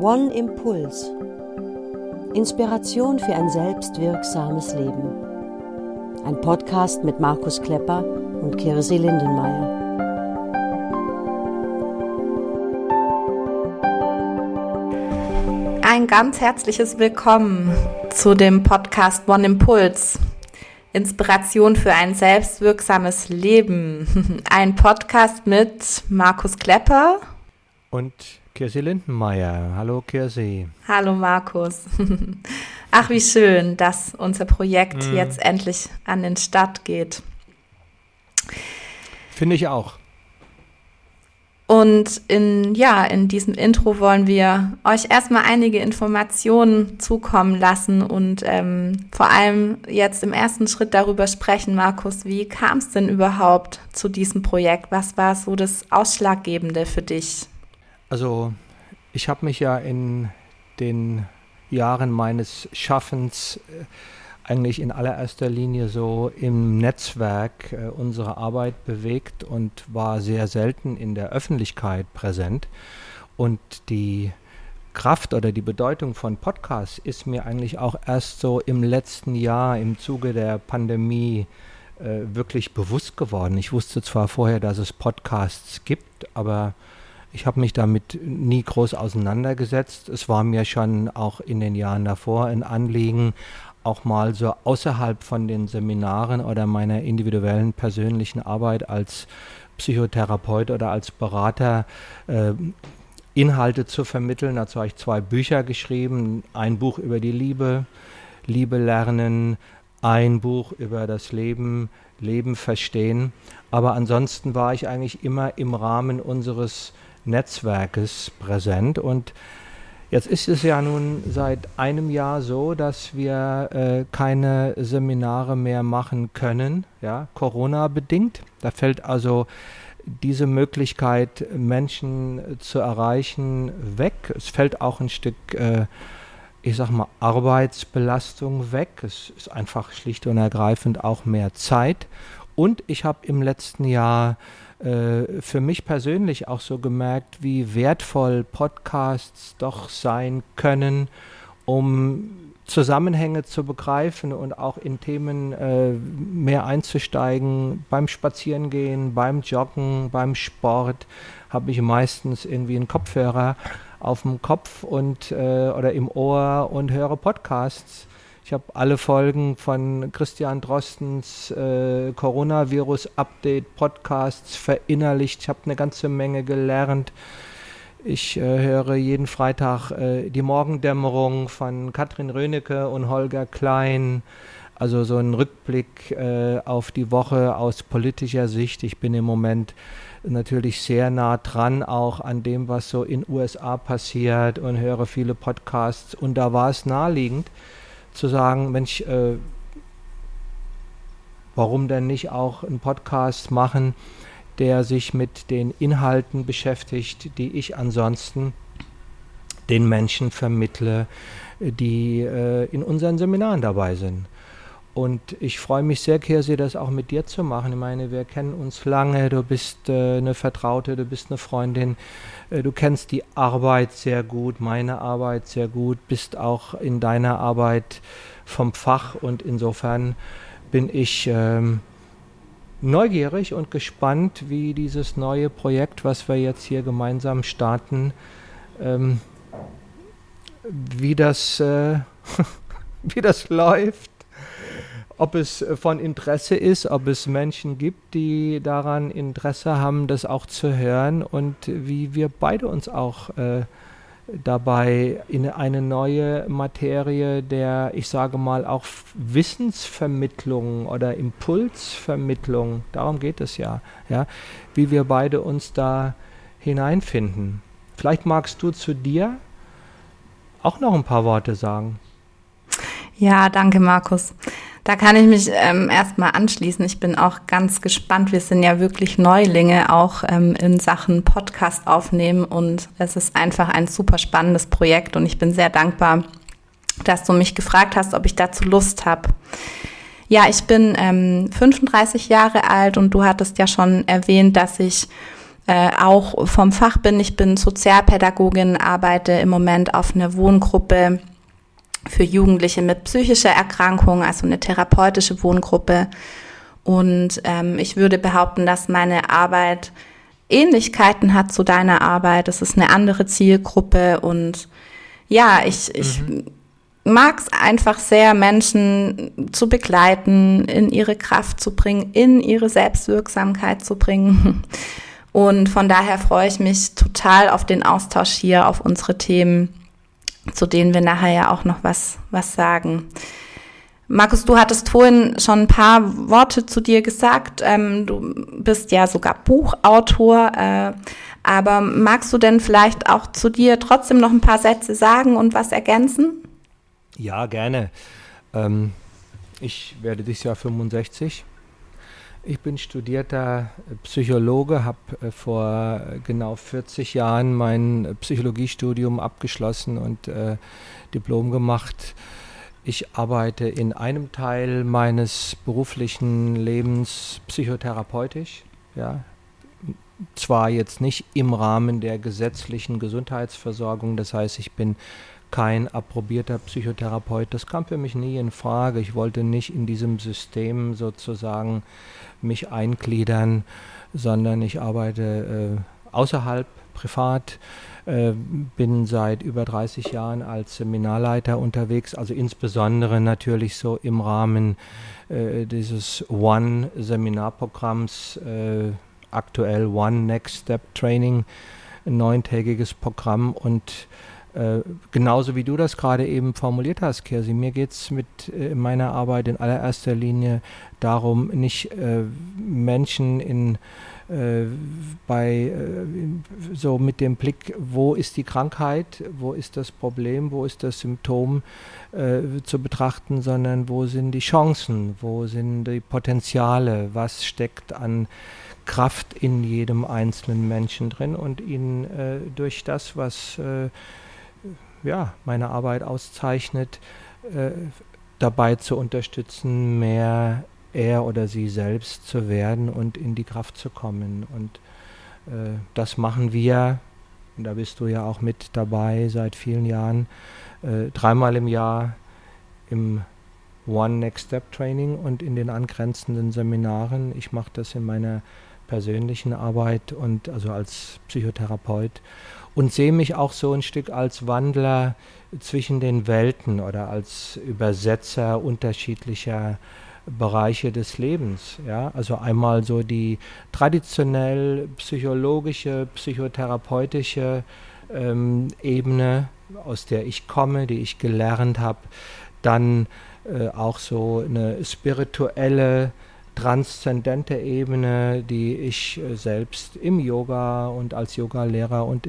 One Impuls. Inspiration für ein selbstwirksames Leben. Ein Podcast mit Markus Klepper und Kirsi Lindenmayer. Ein ganz herzliches Willkommen zu dem Podcast One Impuls. Inspiration für ein selbstwirksames Leben. Ein Podcast mit Markus Klepper und Kirsi Lindenmayer. Hallo Kirsi. Hallo Markus. Ach, wie schön, dass unser Projekt jetzt endlich an den Start geht. Finde ich auch. Und in diesem Intro wollen wir euch erstmal einige Informationen zukommen lassen und vor allem jetzt im ersten Schritt darüber sprechen, Markus, wie kam es denn überhaupt zu diesem Projekt? Was war so das Ausschlaggebende für dich? Also ich habe mich ja in den Jahren meines Schaffens eigentlich in allererster Linie so im Netzwerk unserer Arbeit bewegt und war sehr selten in der Öffentlichkeit präsent. Und die Kraft oder die Bedeutung von Podcasts ist mir eigentlich auch erst so im letzten Jahr im Zuge der Pandemie wirklich bewusst geworden. Ich wusste zwar vorher, dass es Podcasts gibt, aber ich habe mich damit nie groß auseinandergesetzt. Es war mir schon auch in den Jahren davor ein Anliegen, auch mal so außerhalb von den Seminaren oder meiner individuellen persönlichen Arbeit als Psychotherapeut oder als Berater Inhalte zu vermitteln. Dazu habe ich 2 Bücher geschrieben, ein Buch über die Liebe, Liebe lernen, ein Buch über das Leben, Leben verstehen. Aber ansonsten war ich eigentlich immer im Rahmen unseres Netzwerkes präsent und jetzt ist es ja nun seit einem Jahr so, dass wir keine Seminare mehr machen können, ja, Corona-bedingt. Da fällt also diese Möglichkeit, Menschen zu erreichen, weg. Es fällt auch ein Stück, Arbeitsbelastung weg. Es ist einfach schlicht und ergreifend auch mehr Zeit. Und ich habe im letzten Jahr für mich persönlich auch so gemerkt, wie wertvoll Podcasts doch sein können, um Zusammenhänge zu begreifen und auch in Themen mehr einzusteigen. Beim Spazierengehen, beim Joggen, beim Sport habe ich meistens irgendwie einen Kopfhörer auf dem Kopf und oder im Ohr und höre Podcasts. Ich habe alle Folgen von Christian Drostens Coronavirus-Update-Podcasts verinnerlicht. Ich habe eine ganze Menge gelernt. Ich höre jeden Freitag die Morgendämmerung von Katrin Rönecke und Holger Klein. Also so ein Rückblick auf die Woche aus politischer Sicht. Ich bin im Moment natürlich sehr nah dran auch an dem, was so in USA passiert und höre viele Podcasts. Und da war es naheliegend, zu sagen, Mensch, warum denn nicht auch einen Podcast machen, der sich mit den Inhalten beschäftigt, die ich ansonsten den Menschen vermittle, die in unseren Seminaren dabei sind. Und ich freue mich sehr, Kirsi, das auch mit dir zu machen. Ich meine, wir kennen uns lange, du bist eine Vertraute, du bist eine Freundin, du kennst die Arbeit sehr gut, meine Arbeit sehr gut, bist auch in deiner Arbeit vom Fach und insofern bin ich neugierig und gespannt, wie dieses neue Projekt, was wir jetzt hier gemeinsam starten, wie das läuft. Ob es von Interesse ist, ob es Menschen gibt, die daran Interesse haben, das auch zu hören und wie wir beide uns auch dabei in eine neue Materie der, ich sage mal, auch Wissensvermittlung oder Impulsvermittlung, darum geht es ja, wie wir beide uns da hineinfinden. Vielleicht magst du zu dir auch noch ein paar Worte sagen. Ja, danke Markus. Da kann ich mich erstmal anschließen. Ich bin auch ganz gespannt. Wir sind ja wirklich Neulinge auch in Sachen Podcast aufnehmen und es ist einfach ein super spannendes Projekt und ich bin sehr dankbar, dass du mich gefragt hast, ob ich dazu Lust habe. Ja, ich bin 35 Jahre alt und du hattest ja schon erwähnt, dass ich auch vom Fach bin. Ich bin Sozialpädagogin, arbeite im Moment auf einer Wohngruppe für Jugendliche mit psychischer Erkrankung, also eine therapeutische Wohngruppe. Und ich würde behaupten, dass meine Arbeit Ähnlichkeiten hat zu deiner Arbeit. Es ist eine andere Zielgruppe und ja, ich mag es einfach sehr, Menschen zu begleiten, in ihre Kraft zu bringen, in ihre Selbstwirksamkeit zu bringen. Und von daher freue ich mich total auf den Austausch hier, auf unsere Themen, zu denen wir nachher ja auch noch was sagen. Markus, du hattest vorhin schon ein paar Worte zu dir gesagt. Du bist ja sogar Buchautor, aber magst du denn vielleicht auch zu dir trotzdem noch ein paar Sätze sagen und was ergänzen? Ja, gerne. Ich werde dieses Jahr 65. Ich bin studierter Psychologe, habe vor genau 40 Jahren mein Psychologiestudium abgeschlossen und Diplom gemacht. Ich arbeite in einem Teil meines beruflichen Lebens psychotherapeutisch, ja. Zwar jetzt nicht im Rahmen der gesetzlichen Gesundheitsversorgung, das heißt, ich bin kein approbierter Psychotherapeut, das kam für mich nie in Frage. Ich wollte nicht in diesem System sozusagen mich eingliedern, sondern ich arbeite außerhalb, privat, bin seit über 30 Jahren als Seminarleiter unterwegs, also insbesondere natürlich so im Rahmen dieses One-Seminarprogramms, aktuell One Next Step Training, ein 9-tägiges Programm und genauso wie du das gerade eben formuliert hast, Kirsi, mir geht es mit meiner Arbeit in allererster Linie darum, nicht Menschen so mit dem Blick, wo ist die Krankheit, wo ist das Problem, wo ist das Symptom zu betrachten, sondern wo sind die Chancen, wo sind die Potenziale, was steckt an Kraft in jedem einzelnen Menschen drin und ihn durch das, was meine Arbeit auszeichnet, dabei zu unterstützen, mehr er oder sie selbst zu werden und in die Kraft zu kommen. Und das machen wir, und da bist du ja auch mit dabei seit vielen Jahren, 3-mal im Jahr im One Next Step Training und in den angrenzenden Seminaren. Ich mache das in meiner persönlichen Arbeit und also als Psychotherapeut und sehe mich auch so ein Stück als Wandler zwischen den Welten oder als Übersetzer unterschiedlicher Bereiche des Lebens. Ja? Also einmal so die traditionell psychologische, psychotherapeutische Ebene, aus der ich komme, die ich gelernt habe, dann auch so eine spirituelle, transzendente Ebene, die ich selbst im Yoga und als Yogalehrer und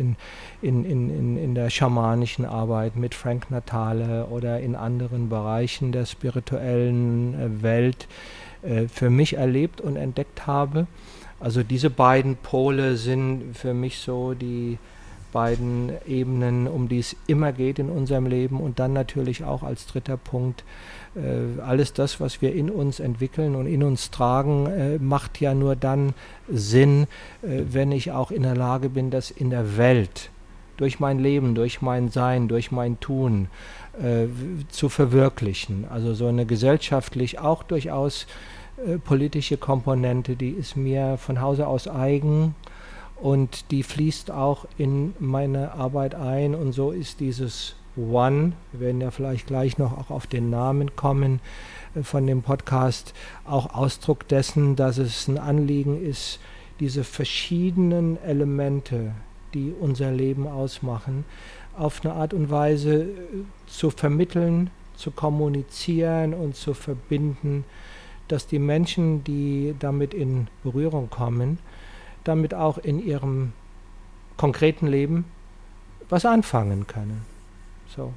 in der schamanischen Arbeit mit Frank Natale oder in anderen Bereichen der spirituellen Welt für mich erlebt und entdeckt habe. Also diese beiden Pole sind für mich so die beiden Ebenen, um die es immer geht in unserem Leben und dann natürlich auch als dritter Punkt alles das, was wir in uns entwickeln und in uns tragen, macht ja nur dann Sinn, wenn ich auch in der Lage bin, das in der Welt durch mein Leben, durch mein Sein, durch mein Tun zu verwirklichen. Also so eine gesellschaftlich auch durchaus politische Komponente, die ist mir von Hause aus eigen und die fließt auch in meine Arbeit ein und so ist dieses One, wir werden ja vielleicht gleich noch auch auf den Namen kommen von dem Podcast, auch Ausdruck dessen, dass es ein Anliegen ist, diese verschiedenen Elemente, die unser Leben ausmachen, auf eine Art und Weise zu vermitteln, zu kommunizieren und zu verbinden, dass die Menschen, die damit in Berührung kommen, damit auch in ihrem konkreten Leben was anfangen können. So.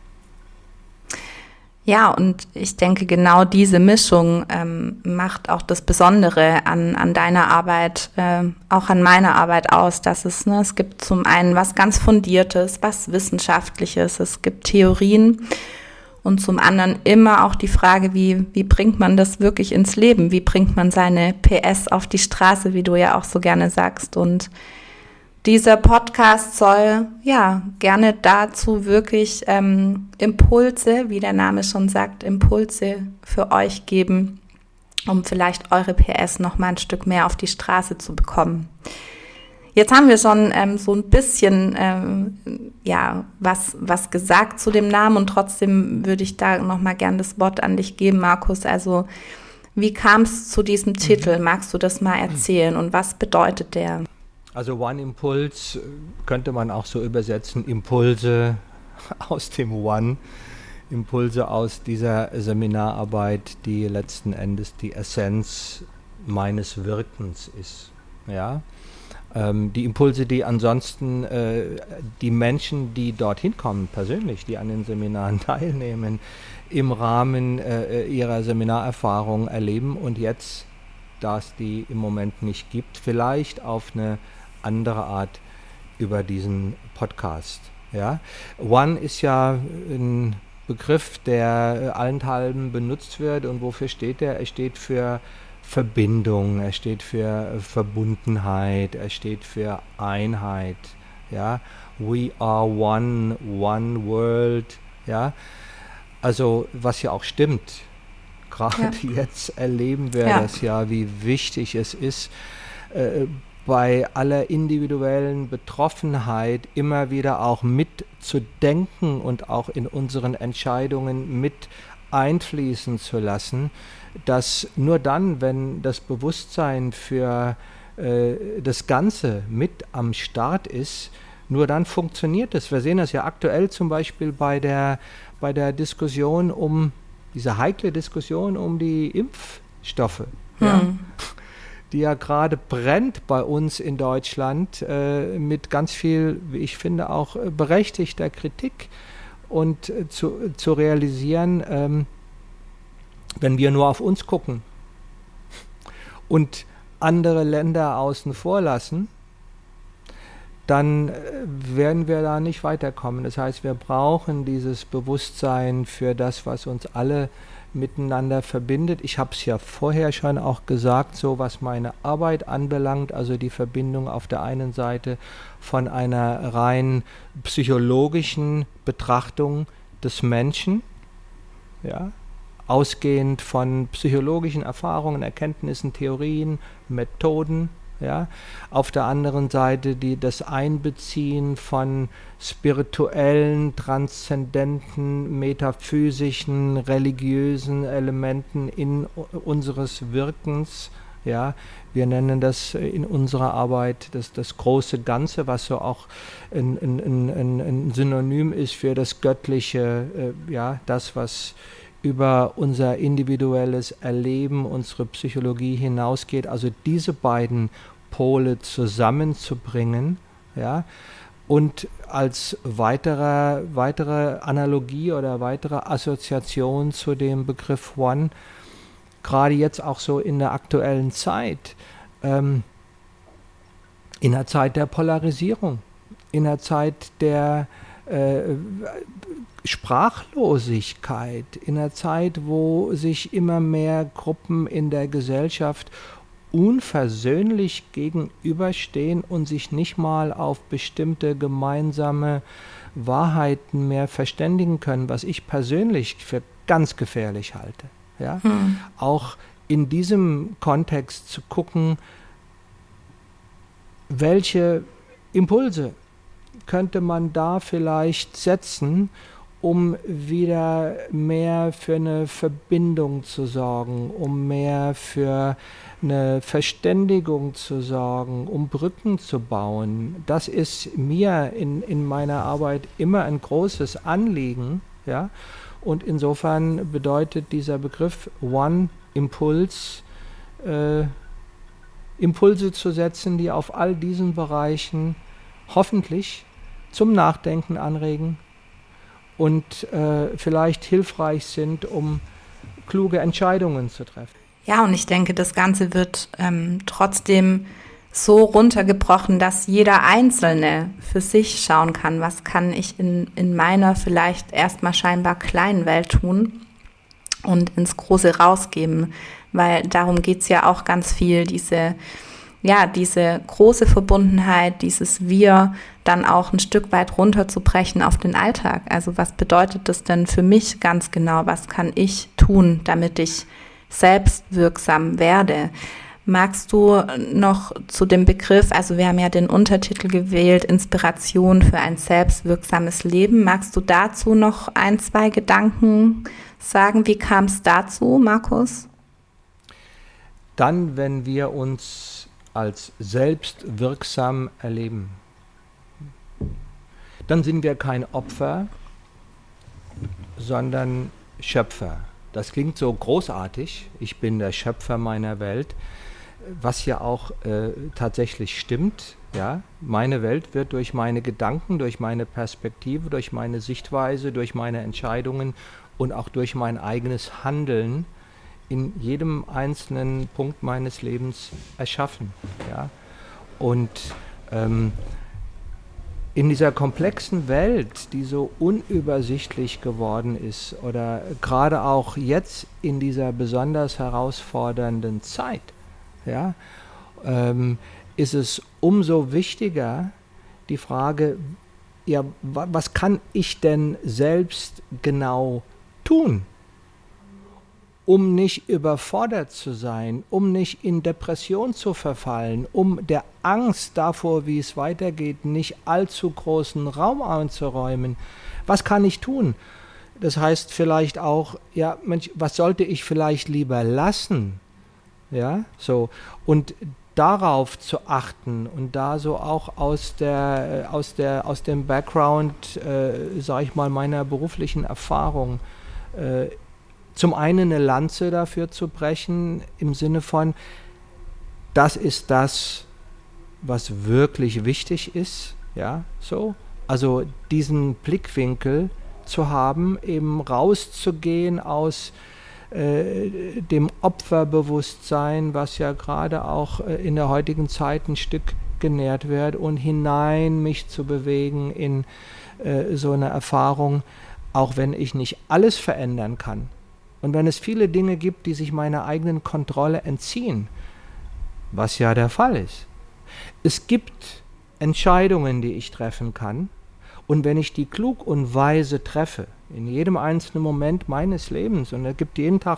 Ja, und ich denke, genau diese Mischung macht auch das Besondere an deiner Arbeit, auch an meiner Arbeit aus, dass es gibt zum einen was ganz Fundiertes, was Wissenschaftliches, es gibt Theorien Und zum anderen immer auch die Frage, wie bringt man das wirklich ins Leben? Wie bringt man seine PS auf die Straße, wie du ja auch so gerne sagst? Und dieser Podcast soll ja gerne dazu wirklich Impulse, wie der Name schon sagt, Impulse für euch geben, um vielleicht eure PS noch mal ein Stück mehr auf die Straße zu bekommen. Jetzt haben wir schon so ein bisschen was gesagt zu dem Namen und trotzdem würde ich da noch mal gern das Wort an dich geben, Markus. Also wie kam es zu diesem Titel? Magst du das mal erzählen und was bedeutet der? Also One Impuls könnte man auch so übersetzen, Impulse aus dem One, Impulse aus dieser Seminararbeit, die letzten Endes die Essenz meines Wirkens ist. Ja? Die Impulse, die ansonsten die Menschen, die dorthin kommen, persönlich, die an den Seminaren teilnehmen, im Rahmen ihrer Seminarerfahrung erleben und jetzt, da es die im Moment nicht gibt, vielleicht auf eine andere Art über diesen Podcast. Ja? One ist ja ein Begriff, der allenthalben benutzt wird und wofür steht er? Er steht für Verbindung, er steht für Verbundenheit, er steht für Einheit. Ja? We are one, one world. Ja? Also was ja auch stimmt. Gerade jetzt erleben wir das ja, wie wichtig es ist, bei aller individuellen Betroffenheit immer wieder auch mitzudenken und auch in unseren Entscheidungen mit einfließen zu lassen, dass nur dann, wenn das Bewusstsein für das Ganze mit am Start ist, nur dann funktioniert es. Wir sehen das ja aktuell zum Beispiel bei der Diskussion diese heikle Diskussion um die Impfstoffe. Ja. Die ja gerade brennt bei uns in Deutschland mit ganz viel, wie ich finde, auch berechtigter Kritik und zu realisieren, wenn wir nur auf uns gucken und andere Länder außen vor lassen, dann werden wir da nicht weiterkommen. Das heißt, wir brauchen dieses Bewusstsein für das, was uns alle miteinander verbindet. Ich habe es ja vorher schon auch gesagt, so was meine Arbeit anbelangt, also die Verbindung auf der einen Seite von einer rein psychologischen Betrachtung des Menschen, ja, ausgehend von psychologischen Erfahrungen, Erkenntnissen, Theorien, Methoden, ja, auf der anderen Seite das Einbeziehen von spirituellen, transzendenten, metaphysischen, religiösen Elementen in unseres Wirkens. Ja, wir nennen das in unserer Arbeit das große Ganze, was so auch ein Synonym ist für das Göttliche, das, was über unser individuelles Erleben, unsere Psychologie hinausgeht. Also diese beiden Pole zusammenzubringen, ja, und als weitere Analogie oder weitere Assoziation zu dem Begriff One, gerade jetzt auch so in der aktuellen Zeit, in der Zeit der Polarisierung, in der Zeit der Sprachlosigkeit, in einer Zeit, wo sich immer mehr Gruppen in der Gesellschaft unversöhnlich gegenüberstehen und sich nicht mal auf bestimmte gemeinsame Wahrheiten mehr verständigen können, was ich persönlich für ganz gefährlich halte. Ja? Auch in diesem Kontext zu gucken, welche Impulse könnte man da vielleicht setzen, um wieder mehr für eine Verbindung zu sorgen, um mehr für eine Verständigung zu sorgen, um Brücken zu bauen. Das ist mir in meiner Arbeit immer ein großes Anliegen. Ja? Und insofern bedeutet dieser Begriff One Impuls, Impulse zu setzen, die auf all diesen Bereichen hoffentlich zum Nachdenken anregen und vielleicht hilfreich sind, um kluge Entscheidungen zu treffen. Ja, und ich denke, das Ganze wird trotzdem so runtergebrochen, dass jeder Einzelne für sich schauen kann, was kann ich in meiner vielleicht erstmal scheinbar kleinen Welt tun und ins Große rausgeben, weil darum geht's ja auch ganz viel, diese große Verbundenheit, dieses Wir dann auch ein Stück weit runterzubrechen auf den Alltag. Also was bedeutet das denn für mich ganz genau? Was kann ich tun, damit ich selbstwirksam werde? Magst du noch zu dem Begriff, also wir haben ja den Untertitel gewählt, Inspiration für ein selbstwirksames Leben. Magst du dazu noch 1, 2 Gedanken sagen? Wie kam es dazu, Markus? Dann, wenn wir uns als selbstwirksam erleben, dann sind wir kein Opfer, sondern Schöpfer. Das klingt so großartig, ich bin der Schöpfer meiner Welt, was ja auch tatsächlich stimmt. Ja? Meine Welt wird durch meine Gedanken, durch meine Perspektive, durch meine Sichtweise, durch meine Entscheidungen und auch durch mein eigenes Handeln in jedem einzelnen Punkt meines Lebens erschaffen. Ja? Und in dieser komplexen Welt, die so unübersichtlich geworden ist, oder gerade auch jetzt in dieser besonders herausfordernden Zeit, ja, ist es umso wichtiger, die Frage, ja, was kann ich denn selbst genau tun, um nicht überfordert zu sein, um nicht in Depression zu verfallen, um der Angst davor, wie es weitergeht, nicht allzu großen Raum einzuräumen. Was kann ich tun? Das heißt vielleicht auch, ja, Mensch, was sollte ich vielleicht lieber lassen? Ja, so. Und darauf zu achten und da so auch aus dem Background, sage ich mal, meiner beruflichen Erfahrung, zum einen eine Lanze dafür zu brechen, im Sinne von, das ist das, was wirklich wichtig ist, ja, so. Also diesen Blickwinkel zu haben, eben rauszugehen aus dem Opferbewusstsein, was ja gerade auch in der heutigen Zeit ein Stück genährt wird, und hinein mich zu bewegen in so eine Erfahrung, auch wenn ich nicht alles verändern kann. Und wenn es viele Dinge gibt, die sich meiner eigenen Kontrolle entziehen, was ja der Fall ist. Es gibt Entscheidungen, die ich treffen kann, und wenn ich die klug und weise treffe, in jedem einzelnen Moment meines Lebens, und es gibt jeden Tag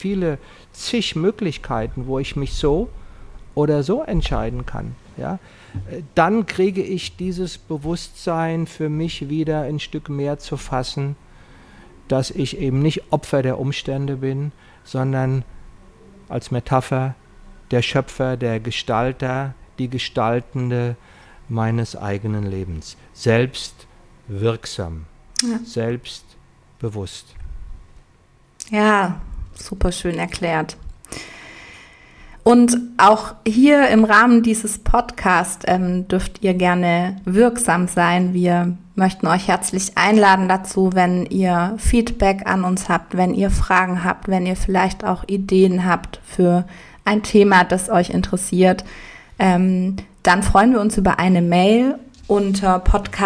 zig Möglichkeiten, wo ich mich so oder so entscheiden kann, ja, dann kriege ich dieses Bewusstsein für mich wieder ein Stück mehr zu fassen, dass ich eben nicht Opfer der Umstände bin, sondern als Metapher der Schöpfer, der Gestalter, die Gestaltende meines eigenen Lebens. Selbstwirksam, ja. Selbstbewusst. Ja, super schön erklärt. Und auch hier im Rahmen dieses Podcasts dürft ihr gerne wirksam sein. Wir möchten euch herzlich einladen dazu, wenn ihr Feedback an uns habt, wenn ihr Fragen habt, wenn ihr vielleicht auch Ideen habt für ein Thema, das euch interessiert, dann freuen wir uns über eine Mail unter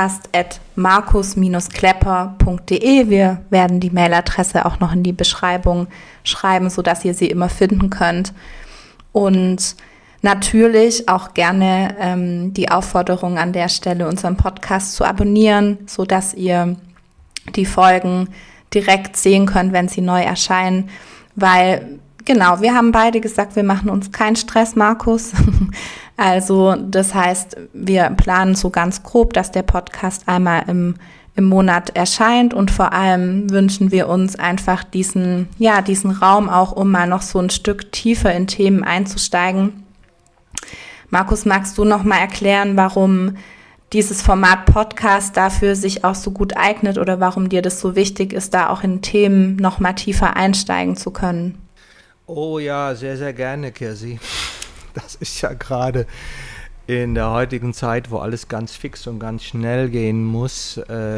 podcast@markus-klepper.de. Wir werden die Mailadresse auch noch in die Beschreibung schreiben, sodass ihr sie immer finden könnt. Und natürlich auch gerne die Aufforderung an der Stelle, unseren Podcast zu abonnieren, sodass ihr die Folgen direkt sehen könnt, wenn sie neu erscheinen. Weil, genau, wir haben beide gesagt, wir machen uns keinen Stress, Markus. Also das heißt, wir planen so ganz grob, dass der Podcast einmal im Monat erscheint, und vor allem wünschen wir uns einfach diesen Raum auch, um mal noch so ein Stück tiefer in Themen einzusteigen. Markus, magst du noch mal erklären, warum dieses Format Podcast dafür sich auch so gut eignet, oder warum dir das so wichtig ist, da auch in Themen noch mal tiefer einsteigen zu können? Oh ja, sehr, sehr gerne, Kirsi. Das ist ja gerade in der heutigen Zeit, wo alles ganz fix und ganz schnell gehen muss,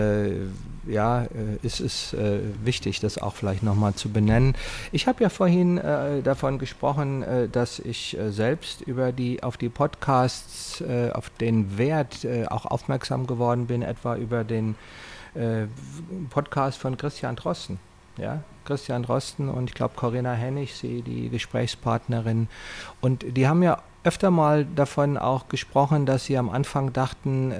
ist es wichtig, das auch vielleicht nochmal zu benennen. Ich habe ja vorhin davon gesprochen, dass ich selbst auf die Podcasts, auf den Wert auch aufmerksam geworden bin, etwa über den Podcast von Christian Drosten. Ja, Christian Drosten und ich glaube Corinna Hennig, die Gesprächspartnerin. Und die haben ja öfter mal davon auch gesprochen, dass sie am Anfang dachten,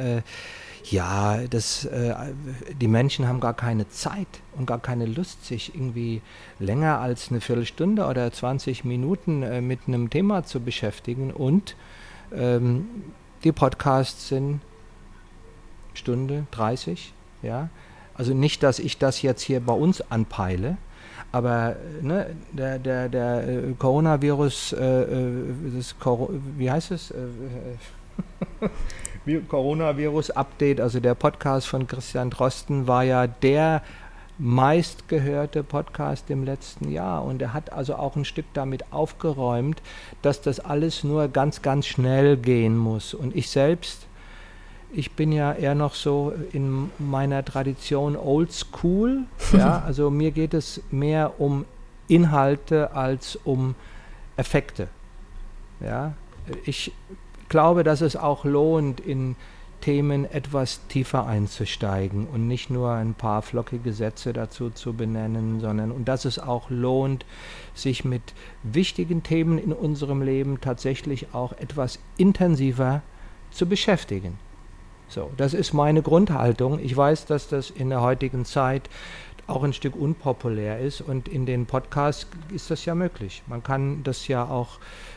die Menschen haben gar keine Zeit und gar keine Lust, sich irgendwie länger als eine Viertelstunde oder 20 Minuten mit einem Thema zu beschäftigen. Und die Podcasts sind Stunde 30, ja. Also nicht, dass ich das jetzt hier bei uns anpeile, aber der Coronavirus, wie heißt es? Coronavirus-Update, also der Podcast von Christian Drosten war ja der meistgehörte Podcast im letzten Jahr und er hat also auch ein Stück damit aufgeräumt, dass das alles nur ganz, ganz schnell gehen muss. Und ich bin ja eher noch so in meiner Tradition old school, ja, also mir geht es mehr um Inhalte als um Effekte, ja. Ich glaube, dass es auch lohnt, in Themen etwas tiefer einzusteigen und nicht nur ein paar flockige Sätze dazu zu benennen, und dass es auch lohnt, sich mit wichtigen Themen in unserem Leben tatsächlich auch etwas intensiver zu beschäftigen. So, das ist meine Grundhaltung. Ich weiß, dass das in der heutigen Zeit auch ein Stück unpopulär ist und in den Podcasts ist das ja möglich. Man kann das ja auch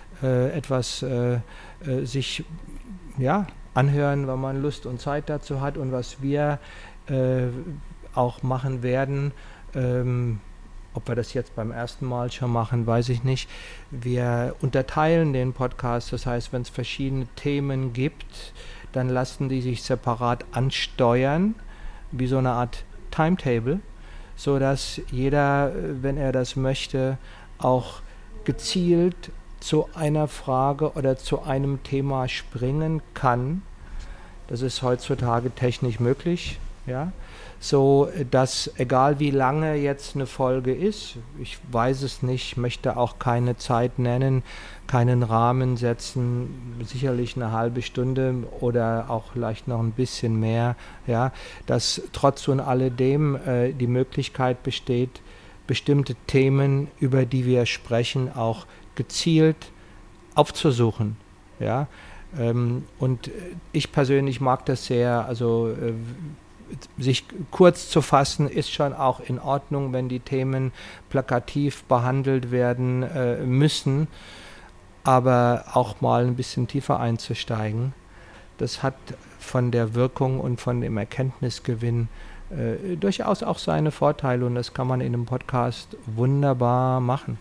sich anhören, wenn man Lust und Zeit dazu hat. Und was wir auch machen werden, ob wir das jetzt beim ersten Mal schon machen, weiß ich nicht. Wir unterteilen den Podcast, das heißt, wenn es verschiedene Themen gibt, dann lassen die sich separat ansteuern, wie so eine Art Timetable, sodass jeder, wenn er das möchte, auch gezielt zu einer Frage oder zu einem Thema springen kann. Das ist heutzutage technisch möglich, ja, so dass egal wie lange jetzt eine Folge ist, ich weiß es nicht, möchte auch keine Zeit nennen, keinen Rahmen setzen, sicherlich eine halbe Stunde oder auch vielleicht noch ein bisschen mehr, ja, dass trotz und alledem die Möglichkeit besteht, bestimmte Themen, über die wir sprechen, auch gezielt aufzusuchen, ja, und ich persönlich mag das sehr, also sich kurz zu fassen ist schon auch in Ordnung, wenn die Themen plakativ behandelt werden müssen, aber auch mal ein bisschen tiefer einzusteigen, das hat von der Wirkung und von dem Erkenntnisgewinn durchaus auch seine Vorteile und das kann man in einem Podcast wunderbar machen.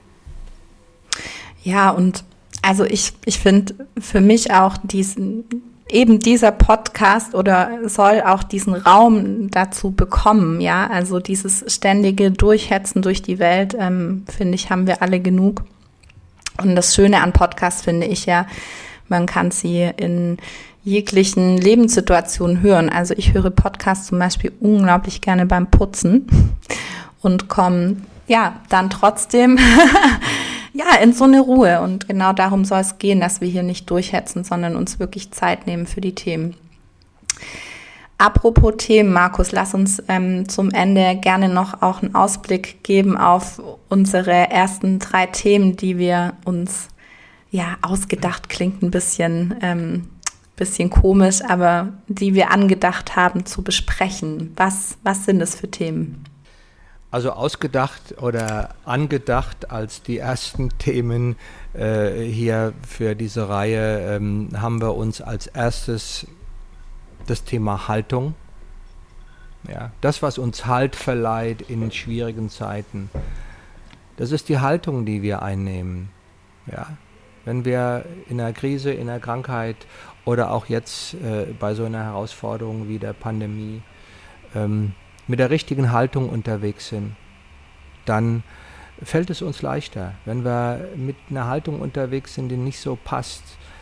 Ja, und also ich finde für mich auch dieser Podcast oder soll auch diesen Raum dazu bekommen, ja, also dieses ständige Durchhetzen durch die Welt, finde ich, haben wir alle genug. Und das Schöne an Podcasts finde ich ja, man kann sie in jeglichen Lebenssituationen hören. Also ich höre Podcasts zum Beispiel unglaublich gerne beim Putzen und komme dann trotzdem in so eine Ruhe. Und genau darum soll es gehen, dass wir hier nicht durchhetzen, sondern uns wirklich Zeit nehmen für die Themen. Apropos Themen, Markus, lass uns zum Ende gerne noch auch einen Ausblick geben auf unsere ersten 3 Themen, die wir uns ausgedacht, klingt ein bisschen komisch, aber die wir angedacht haben zu besprechen. Was sind das für Themen? Also ausgedacht oder angedacht als die ersten Themen hier für diese Reihe haben wir uns als erstes das Thema Haltung. Ja, das, was uns Halt verleiht in schwierigen Zeiten, das ist die Haltung, die wir einnehmen. Ja, wenn wir in einer Krise, in einer Krankheit oder auch jetzt bei so einer Herausforderung wie der Pandemie mit der richtigen Haltung unterwegs sind, dann fällt es uns leichter. Wenn wir mit einer Haltung unterwegs sind, die nicht so passt,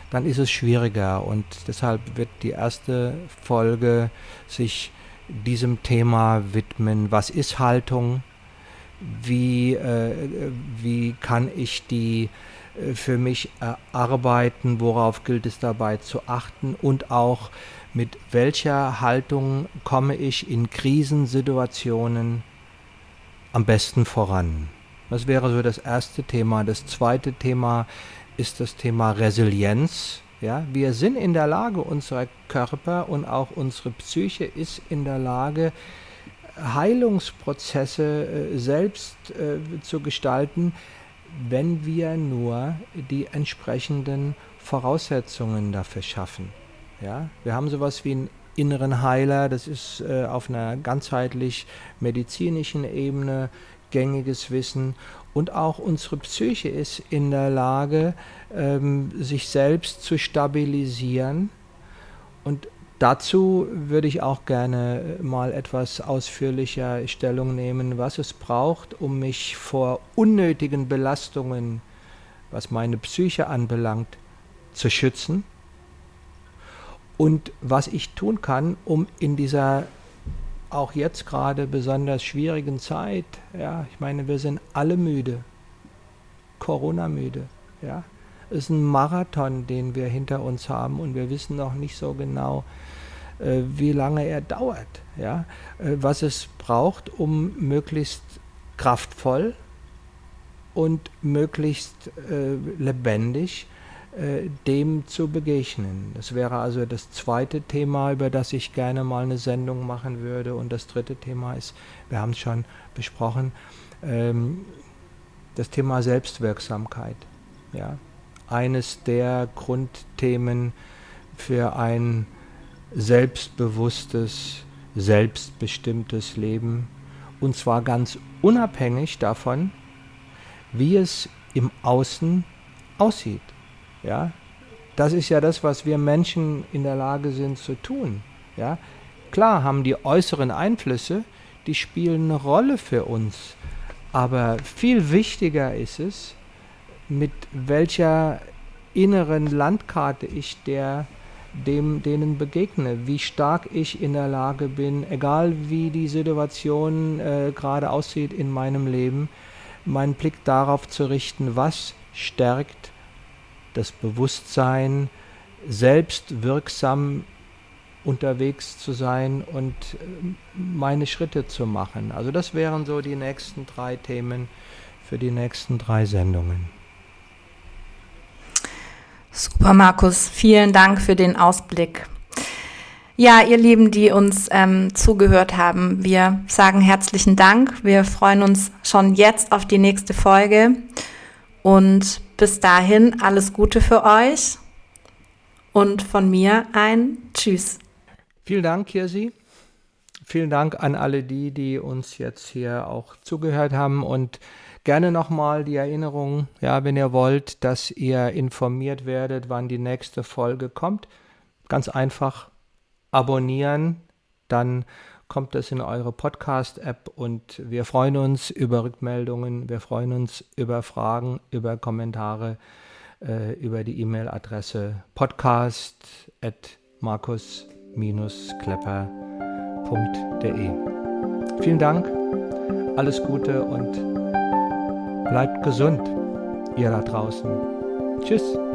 dann ist es schwieriger. Und deshalb wird die erste Folge sich diesem Thema widmen. Was ist Haltung? Wie kann ich die für mich erarbeiten? Worauf gilt es dabei zu achten? Und auch mit welcher Haltung komme ich in Krisensituationen am besten voran? Das wäre so das erste Thema. Das zweite Thema ist das Thema Resilienz. Ja, wir sind in der Lage, unser Körper und auch unsere Psyche ist in der Lage, Heilungsprozesse selbst zu gestalten, wenn wir nur die entsprechenden Voraussetzungen dafür schaffen. Ja, wir haben sowas wie einen inneren Heiler, das ist auf einer ganzheitlich medizinischen Ebene gängiges Wissen. Und auch unsere Psyche ist in der Lage, sich selbst zu stabilisieren. Und dazu würde ich auch gerne mal etwas ausführlicher Stellung nehmen, was es braucht, um mich vor unnötigen Belastungen, was meine Psyche anbelangt, zu schützen. Und was ich tun kann, um in dieser auch jetzt gerade besonders schwierigen Zeit, ja, ich meine, wir sind alle müde, Corona-müde, ja. Es ist ein Marathon, den wir hinter uns haben und wir wissen noch nicht so genau, wie lange er dauert, ja. Was es braucht, um möglichst kraftvoll und möglichst lebendig dem zu begegnen. Das wäre also das zweite Thema, über das ich gerne mal eine Sendung machen würde. Und das dritte Thema ist, wir haben es schon besprochen, das Thema Selbstwirksamkeit. Ja? Eines der Grundthemen für ein selbstbewusstes, selbstbestimmtes Leben. Und zwar ganz unabhängig davon, wie es im Außen aussieht. Ja, das ist ja das, was wir Menschen in der Lage sind zu tun. Ja, klar haben die äußeren Einflüsse, die spielen eine Rolle für uns. Aber viel wichtiger ist es, mit welcher inneren Landkarte ich denen begegne, wie stark ich in der Lage bin, egal wie die Situation gerade aussieht in meinem Leben, meinen Blick darauf zu richten, was stärkt das Bewusstsein, selbst wirksam unterwegs zu sein und meine Schritte zu machen. Also das wären so die nächsten 3 Themen für die nächsten 3 Sendungen. Super, Markus. Vielen Dank für den Ausblick. Ja, ihr Lieben, die uns zugehört haben, wir sagen herzlichen Dank. Wir freuen uns schon jetzt auf die nächste Folge und bis dahin alles Gute für euch und von mir ein Tschüss. Vielen Dank, Kirsi. Vielen Dank an alle die uns jetzt hier auch zugehört haben und gerne nochmal die Erinnerung, ja, wenn ihr wollt, dass ihr informiert werdet, wann die nächste Folge kommt. Ganz einfach abonnieren, dann kommt es in eure Podcast-App und wir freuen uns über Rückmeldungen, wir freuen uns über Fragen, über Kommentare, über die E-Mail-Adresse podcast@markus-klepper.de. Vielen Dank, alles Gute und bleibt gesund, ihr da draußen. Tschüss.